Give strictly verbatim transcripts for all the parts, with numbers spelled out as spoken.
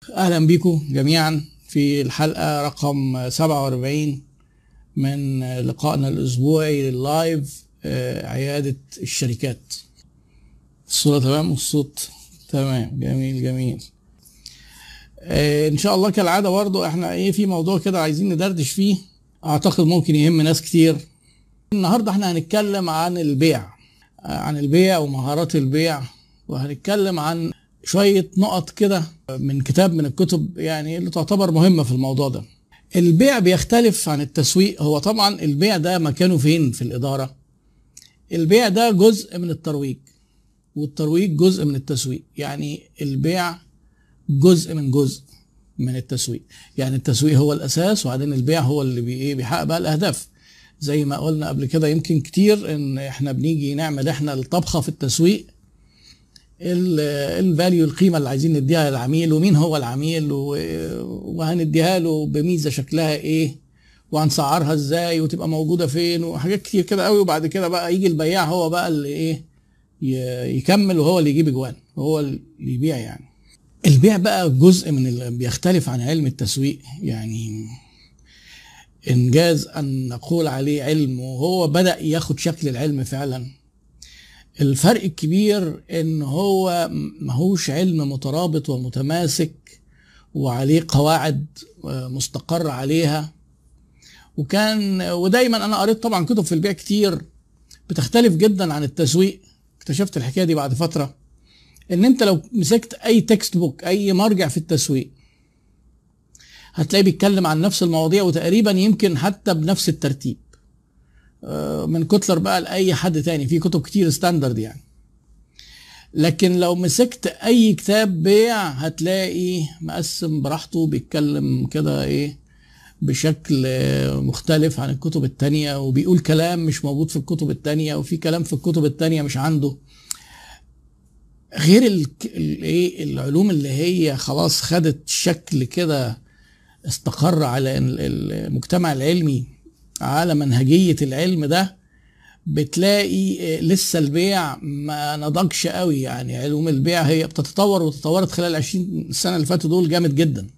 اهلا بكم جميعا في الحلقه رقم سبعة وأربعين من لقائنا الاسبوعي اللايف عياده الشركات. الصوره تمام والصوت تمام، جميل جميل. ان شاء الله كالعاده برضو احنا ايه في موضوع كده عايزين ندردش فيه، اعتقد ممكن يهم ناس كتير. النهارده احنا هنتكلم عن البيع عن البيع ومهارات البيع، وهنتكلم عن شوية نقط كده من كتاب من الكتب يعني اللي تعتبر مهمة في الموضوع ده. البيع بيختلف عن التسويق. هو طبعا البيع ده مكانه فين في الإدارة؟ البيع ده جزء من الترويج، والترويج جزء من التسويق. يعني البيع جزء من جزء من التسويق. يعني التسويق هو الأساس، وبعدين البيع هو اللي بي بيحقق بقى الأهداف. زي ما قلنا قبل كده يمكن كتير ان احنا بنيجي نعمل احنا الطبخة في التسويق، الفاليو القيمة اللي عايزين نديها للعميل، ومين هو العميل، وهنديها له بميزة شكلها ايه، وهنسعرها ازاي، وتبقى موجودة فين، وحاجات كتير كده قوي. وبعد كده بقى يجي البياع هو بقى اللي ايه يكمل، وهو اللي يجيب اجوان، وهو اللي يبيع. يعني البيع بقى جزء من اللي بيختلف عن علم التسويق. يعني انجاز ان نقول عليه علم، وهو بدأ ياخد شكل العلم فعلا. الفرق الكبير ان هو ماهوش علم مترابط ومتماسك وعليه قواعد مستقر عليها. وكان ودايما انا قريت طبعا كتب في البيع كتير بتختلف جدا عن التسويق. اكتشفت الحكايه دي بعد فتره، ان انت لو مسكت اي تكست بوك، اي مرجع في التسويق، هتلاقيه بيتكلم عن نفس المواضيع، وتقريبا يمكن حتى بنفس الترتيب، من كوتلر بقى لأي حد تاني. في كتب كتير ستاندرد يعني. لكن لو مسكت اي كتاب بيع هتلاقي مقسم براحته، بيتكلم كده ايه بشكل مختلف عن الكتب التانية، وبيقول كلام مش موجود في الكتب التانية، وفي كلام في الكتب التانية مش عنده. غير الايه العلوم اللي هي خلاص خدت شكل كده استقر على المجتمع العلمي على منهجية العلم ده، بتلاقي لسه البيع ما نضجش قوي. يعني علوم البيع هي بتتطور، وتطورت خلال عشرين سنة اللي فاتوا دول جامد جدا.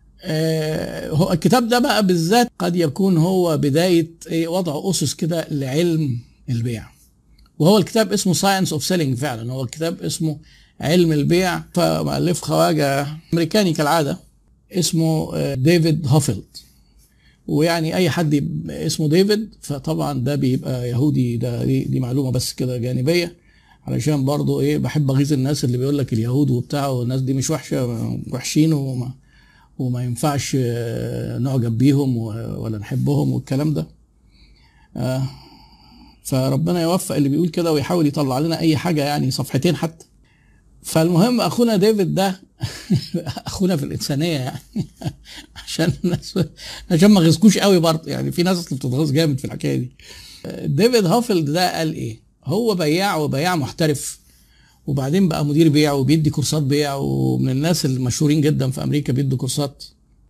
هو الكتاب ده بقى بالذات قد يكون هو بداية وضع أسس كده لعلم البيع، وهو الكتاب اسمه Science of Selling. فعلا هو الكتاب اسمه علم البيع، فمؤلف خواجة أمريكاني كالعادة اسمه ديفيد هوفيلد. ويعني اي حد اسمه ديفيد فطبعا ده بيبقى يهودي. ده دي, دي معلومه بس كده جانبيه، علشان برضو ايه بحب اغيظ الناس اللي بيقول لك اليهود وبتاع، والناس دي مش وحشه، وحشين وما, وما ينفعش نعجب بيهم ولا نحبهم والكلام ده. آه فربنا يوفق اللي بيقول كده ويحاول يطلع لنا اي حاجه، يعني صفحتين حتى. فالمهم اخونا ديفيد ده اخونا في الانسانيه يعني عشان الناس عشان ما غيظكوش قوي برضه. يعني في ناس اللي بتتغيظ جامد في الحكايه دي. ديفيد هوفيلد ده قال ايه؟ هو بياع، وبياع محترف، وبعدين بقى مدير بيع، وبيدي كورسات بيع، ومن الناس المشهورين جدا في امريكا بيدوا كورسات.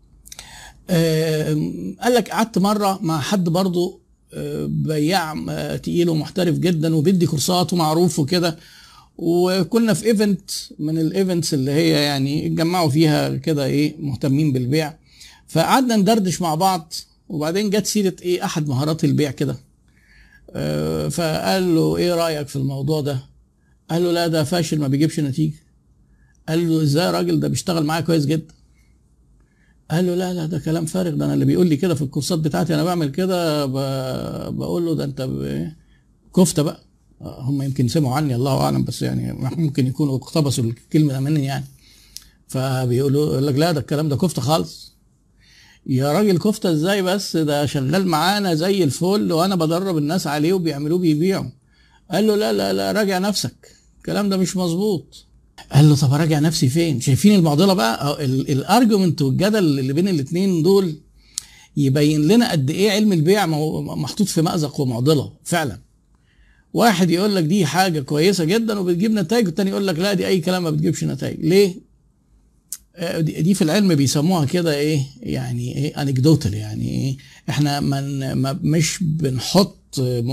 قال لك قعدت مره مع حد برضه بياع تقيل ومحترف جدا وبيدي كورسات ومعروف وكده، وكنا في ايفنت من الايفنتس اللي هي يعني اتجمعوا فيها كده ايه مهتمين بالبيع. فقعدنا ندردش مع بعض، وبعدين جت سيره ايه احد مهارات البيع كده. اه فقال له ايه رايك في الموضوع ده؟ قال له لا ده فاشل ما بيجيبش نتيجه. قال له ازاي يا راجل، ده بيشتغل معايا كويس جدا. قال له لا لا ده كلام فارغ، ده انا اللي بيقول لي كده في الكورسات بتاعتي انا بعمل كده، بقول له ده انت كفته بقى. هم يمكن سمعوا عني الله اعلم، بس يعني ممكن يكونوا اقتبسوا الكلمه مني يعني. فبيقولوا يقول لك لا ده الكلام ده كفته خالص. يا راجل كفته ازاي بس، ده شغال معانا زي الفل، وانا بدرب الناس عليه وبيعملوه بيبيعوا. قال له لا لا لا راجع نفسك، الكلام ده مش مظبوط. قال له طب راجع نفسي فين؟ شايفين المعضله بقى؟ الارجيومنت والجدل اللي بين الاثنين دول يبين لنا قد ايه علم البيع محطوط في مأزق ومعضله فعلا. واحد يقول لك دي حاجه كويسه جدا وبتجيب نتائج، والتاني يقول لك لا دي اي كلام ما بتجيبش نتائج. ليه؟ دي في العلم بيسموها كده ايه يعني ايه انكدوتال. يعني ايه احنا من مش بنحط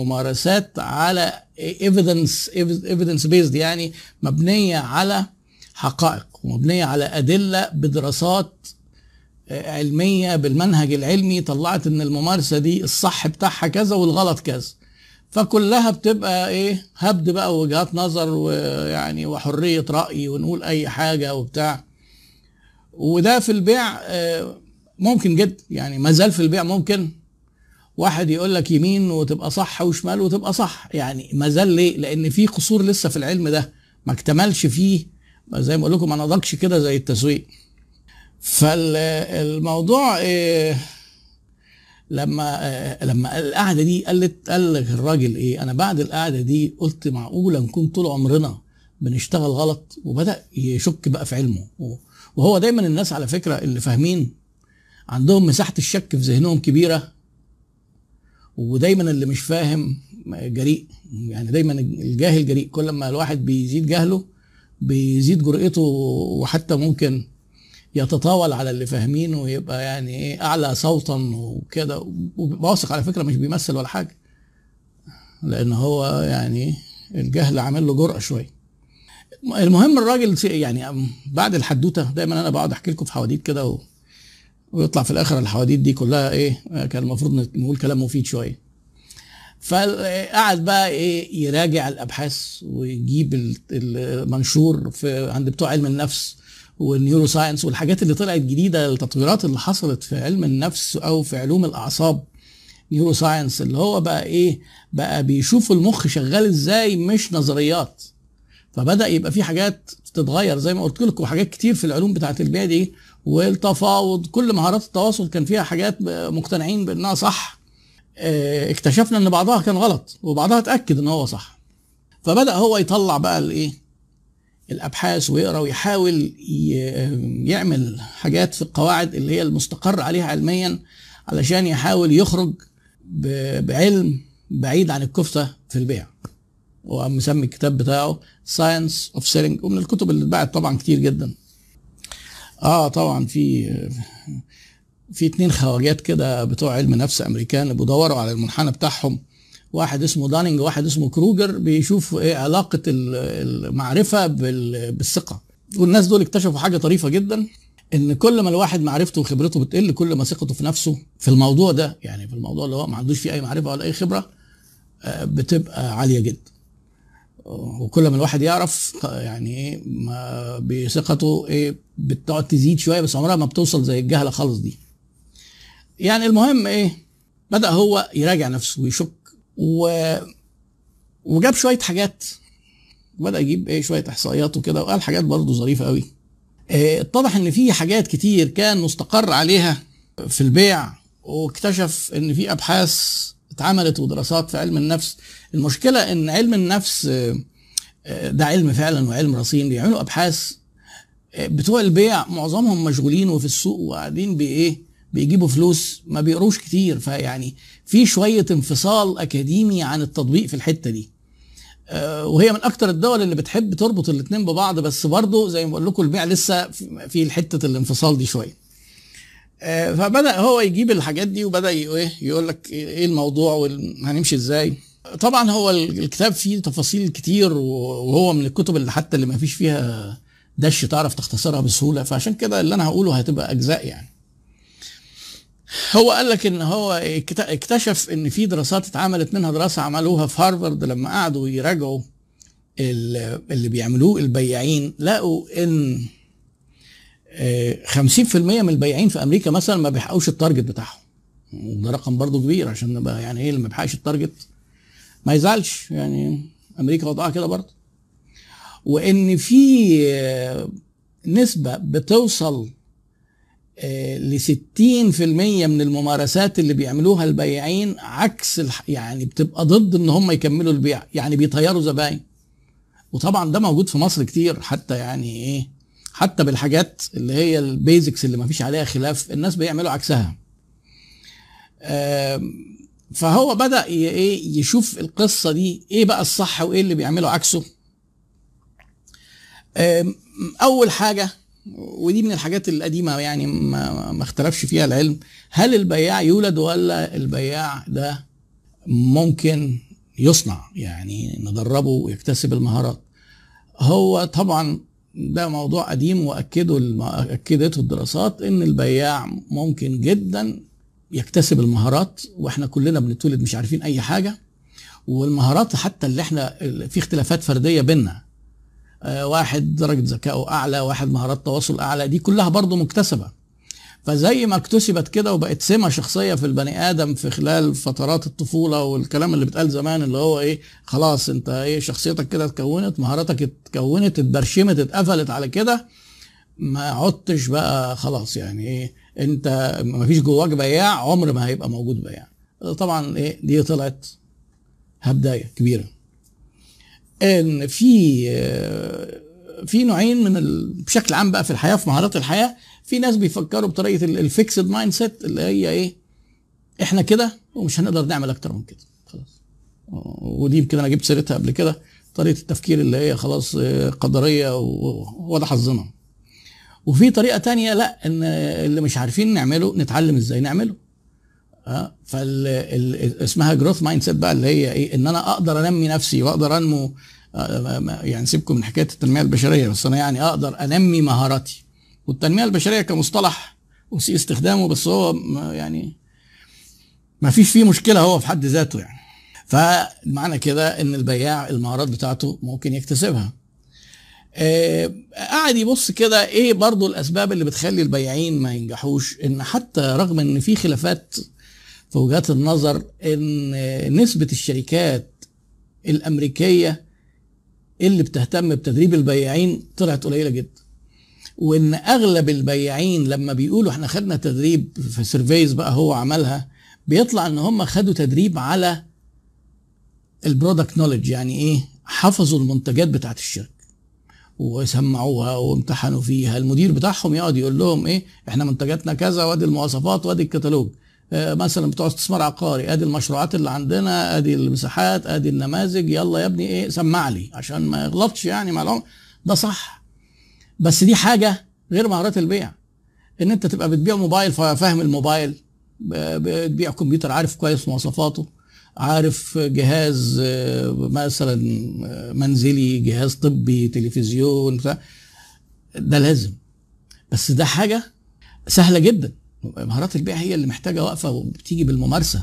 ممارسات على ايفيدنس ايفيدنس بيزد، يعني مبنيه على حقائق ومبنيه على ادله بدراسات علميه بالمنهج العلمي، طلعت ان الممارسه دي الصح بتاعها كذا والغلط كذا. فكلها بتبقى ايه، هبد بقى ووجهات نظر ويعني وحريه راي ونقول اي حاجه وبتاع. وده في البيع ممكن جدا، يعني ما زال في البيع ممكن واحد يقول لك يمين وتبقى صح وشمال وتبقى صح، يعني ما زال. ليه؟ لان في قصور لسه في العلم ده ما اكتملش فيه، زي ما اقول لكم ما نضجش كده زي التسويق. فالموضوع إيه لما إيه لما القعده دي قالت قال لك الراجل ايه، انا بعد القعده دي قلت معقوله نكون طول عمرنا بنشتغل غلط؟ وبدا يشك بقى في علمه. وهو دايما الناس على فكره اللي فاهمين عندهم مساحه الشك في ذهنهم كبيره، ودايما اللي مش فاهم جريء. يعني دايما الجاهل جريء، كل ما الواحد بيزيد جهله بيزيد جرأته، وحتى ممكن يتطاول على اللي فاهمين ويبقى يعني ايه اعلى صوتا وكده. وواثق على فكره مش بيمثل ولا حاجه، لان هو يعني الجهل عامل له جرأة شويه. المهم الراجل يعني بعد الحدوته دايما انا بقعد احكي لكم في حواديت كده و... ويطلع في الاخر الحواديت دي كلها ايه، كان المفروض نقول كلام مفيد شويه. فقعد بقى ايه يراجع الابحاث ويجيب المنشور في عند بتوع علم النفس والنيورو ساينس والحاجات اللي طلعت جديده، التطويرات اللي حصلت في علم النفس او في علوم الاعصاب، نيورو ساينس اللي هو بقى ايه، بقى بيشوف المخ شغال ازاي مش نظريات. فبدا يبقى في حاجات تتغير زي ما قلت لكم، حاجات كتير في العلوم بتاعت البيع دي والتفاوض، كل مهارات التواصل كان فيها حاجات مقتنعين بانها صح، اكتشفنا ان بعضها كان غلط وبعضها اتاكد ان هو صح. فبدا هو يطلع بقى الايه الابحاث ويقرا ويحاول يعمل حاجات في القواعد اللي هي المستقر عليها علميا، علشان يحاول يخرج بعلم بعيد عن الكفته في البيع. وقام مسمي الكتاب بتاعه Science of Selling، ومن الكتب اللي اتباعت طبعا كتير جدا. اه طبعا في في اتنين خواجات كده بتوع علم نفس امريكان بيدوروا على المنحنى بتاعهم، واحد اسمه دانينج وواحد اسمه كروجر، بيشوفوا ايه علاقه المعرفه بالثقه. والناس دول اكتشفوا حاجه طريفه جدا، ان كل ما الواحد معرفته وخبرته بتقل كل ما ثقته في نفسه في الموضوع ده، يعني في الموضوع اللي هو ما عندوش فيه اي معرفه ولا اي خبره، بتبقى عاليه جدا. وكل ما الواحد يعرف يعني ايه ما بثقته ايه بتقعد تزيد شويه، بس عمرها ما بتوصل زي الجهله خالص دي. يعني المهم ايه، بدأ هو يراجع نفسه ويشك و... وجاب شويه حاجات، بدأ يجيب ايه شويه احصائيات وكده، وقال حاجات برضه ظريفه قوي. اه اتضح ان في حاجات كتير كان مستقر عليها في البيع، واكتشف ان في ابحاث اتعملت ودراسات في علم النفس. المشكله ان علم النفس ده علم فعلا وعلم رصين، بيعملوا ابحاث، بتوع البيع معظمهم مشغولين وفي السوق وقاعدين بايه بيجيبوا فلوس، ما بيقروش كتير. فيعني في شويه انفصال اكاديمي عن التطبيق في الحته دي. وهي من اكتر الدول اللي بتحب تربط الاثنين ببعض، بس برضه زي ما بقول لكم البيع لسه في حته الانفصال دي شويه. فبدا هو يجيب الحاجات دي وبدا ايه يقول لك ايه الموضوع وهنمشي ازاي. طبعا هو الكتاب فيه تفاصيل كتير، وهو من الكتب اللي حتى اللي ما فيش فيها دش تعرف تختصرها بسهوله، فعشان كده اللي انا هقوله هتبقى اجزاء. يعني هو قال لك ان هو اكتشف ان في دراسات اتعملت، منها دراسه عملوها في هارفارد لما قعدوا يراجعوا اللي بيعملوه البياعين، لقوا ان خمسين في المية من البياعين في امريكا مثلا ما بيحققوش التارجت بتاعهم. وده رقم برضو كبير، عشان نبقى يعني ايه اللي ما بيحققش التارجت ما يزعلش، يعني امريكا وضعها كده برضو. وان في نسبه بتوصل ل ستين في المية من الممارسات اللي بيعملوها البياعين عكس يعني بتبقى ضد ان هم يكملوا البيع، يعني بيطيروا زباين. وطبعا ده موجود في مصر كتير، حتى يعني ايه حتى بالحاجات اللي هي البيزكس اللي ما فيش عليها خلاف الناس بيعملوا عكسها. فهو بدأ ايه يشوف القصة دي ايه بقى الصح وايه اللي بيعملوا عكسه. اول حاجة، ودي من الحاجات القديمة يعني ما, ما اختلفش فيها العلم، هل البياع يولد ولا البياع ده ممكن يصنع، يعني ندربه ويكتسب المهارات؟ هو طبعا ده موضوع قديم واكده اكدته الدراسات ان البياع ممكن جدا يكتسب المهارات، واحنا كلنا بنتولد مش عارفين اي حاجه، والمهارات حتى اللي احنا في اختلافات فرديه بيننا، واحد درجه ذكائه اعلى، واحد مهارات تواصل اعلى، دي كلها برضه مكتسبه. فزي ما اكتسبت كده وبقت سمة شخصية في البني آدم في خلال فترات الطفولة والكلام اللي بتقال زمان اللي هو ايه، خلاص انت ايه شخصيتك كده اتكونت، مهاراتك اتكونت، اتبرشمت، اتقفلت على كده، ما عدتش بقى خلاص يعني ايه، انت ما فيش جواك بياع، عمر ما هيبقى موجود بياع. طبعا ايه دي طلعت هبداية كبيرة. ان في في نوعين من ال... بشكل عام بقى في الحياة، في مهارات الحياة، في ناس بيفكروا بطريقه الفيكسد مايند سيت اللي هي ايه، احنا كده ومش هنقدر نعمل اكتر من كده خلاص. ودي يمكن انا جبت سيرتها قبل كده، طريقه التفكير اللي هي خلاص قدريه وده حظنا. وفي طريقه تانية لا، ان اللي مش عارفين نعمله نتعلم ازاي نعمله. اه فال اسمها جروث مايند سيت بقى، اللي هي ايه، ان انا اقدر انمي نفسي واقدر انمو، يعني سيبكم من حكايه التنميه البشريه، بس انا يعني اقدر انمي مهاراتي. والتنميه البشريه كمصطلح وسيء استخدامه، بس هو يعني ما فيش فيه مشكله هو في حد ذاته يعني. فمعنى كده ان البياع المهارات بتاعته ممكن يكتسبها. آه قاعد يبص كده ايه برضو الاسباب اللي بتخلي البياعين ما ينجحوش، ان حتى رغم ان في خلافات في وجهات النظر، ان نسبه الشركات الامريكيه اللي بتهتم بتدريب البياعين طلعت قليله جدا، وان اغلب البياعين لما بيقولوا احنا خدنا تدريب في سيرفيز بقى هو عملها، بيطلع ان هم خدوا تدريب على البرودكت نوليدج، يعني ايه، حفظوا المنتجات بتاعت الشركه وسمعوها وامتحنوا فيها. المدير بتاعهم يقعد يقول لهم ايه، احنا منتجاتنا كذا، وادي المواصفات، وادي الكتالوج، آه مثلا بتوع استثمار عقاري، ادي المشروعات اللي عندنا، ادي المساحات، ادي النماذج، يلا يا ابني ايه سمع لي عشان ما يغلطش يعني معلومه. ده صح، بس دي حاجه غير مهارات البيع. ان انت تبقى بتبيع موبايل فاهم الموبايل، بتبيع كمبيوتر عارف كويس مواصفاته، عارف جهاز مثلا منزلي، جهاز طبي، تلفزيون، ده لازم. بس ده حاجه سهله جدا. مهارات البيع هي اللي محتاجه وقفه وبتيجي بالممارسه،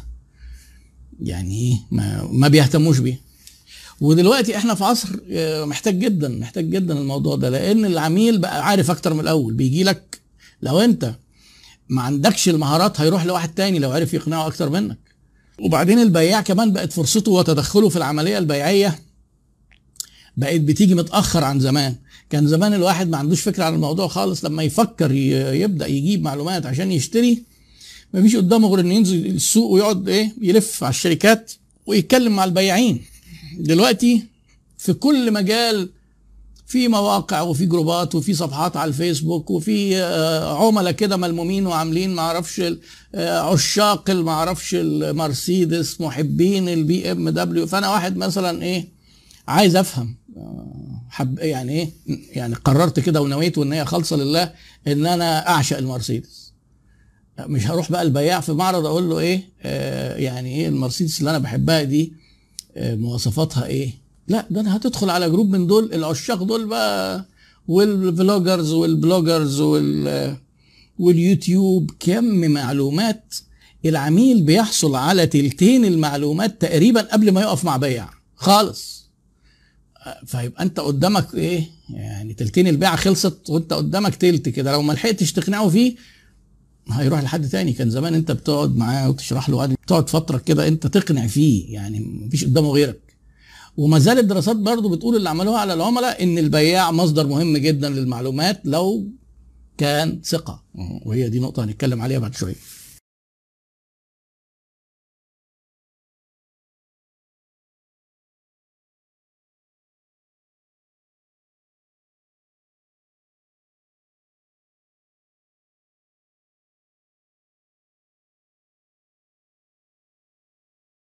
يعني ما, ما بيهتموش بيها. ودلوقتي احنا في عصر محتاج جدا محتاج جدا الموضوع ده، لان العميل بقى عارف اكتر من الاول، بيجي لك لو انت ما عندكش المهارات هيروح لواحد تاني لو عرف يقنعه اكتر منك. وبعدين البياع كمان بقت فرصته وتدخله في العمليه البيعيه بقت بتيجي متاخر عن زمان. كان زمان الواحد ما عندوش فكره عن الموضوع خالص، لما يفكر يبدا يجيب معلومات عشان يشتري، ما فيش قدامه غير انه ينزل السوق ويقعد ايه يلف على الشركات ويتكلم مع البياعين. دلوقتي في كل مجال في مواقع وفي جروبات وفي صفحات على الفيسبوك، وفي عملاء كده ملمومين وعاملين ما اعرفش عشاق ما اعرفش المرسيدس، محبين البي ام دبليو. فانا واحد مثلا ايه عايز افهم، حب يعني ايه، يعني قررت كده ونويت وان هي خالصه لله ان انا اعشق المرسيدس. مش هروح بقى البياع في معرض اقول له ايه آه يعني ايه المرسيدس اللي انا بحبها دي آه مواصفاتها ايه، لا ده انا هتدخل على جروب من دول العشاق دول بقى، والفلوجرز والبلوجرز وال واليوتيوب، كم معلومات. العميل بيحصل على تلتين المعلومات تقريبا قبل ما يقف مع بياع خالص. فيبقى انت قدامك ايه يعني تلتين البيعه خلصت وانت قدامك تلت كده، لو ما لحقتش تقنعه فيه هيروح لحد تاني. كان زمان انت بتقعد معاه وتشرح له، بتقعد فتره كده انت تقنع فيه، يعني مفيش قدامه غيرك. وما زالت الدراسات برضو بتقول اللي عملوها على العملاء ان البياع مصدر مهم جدا للمعلومات لو كان ثقه، وهي دي نقطه هنتكلم عليها بعد شويه.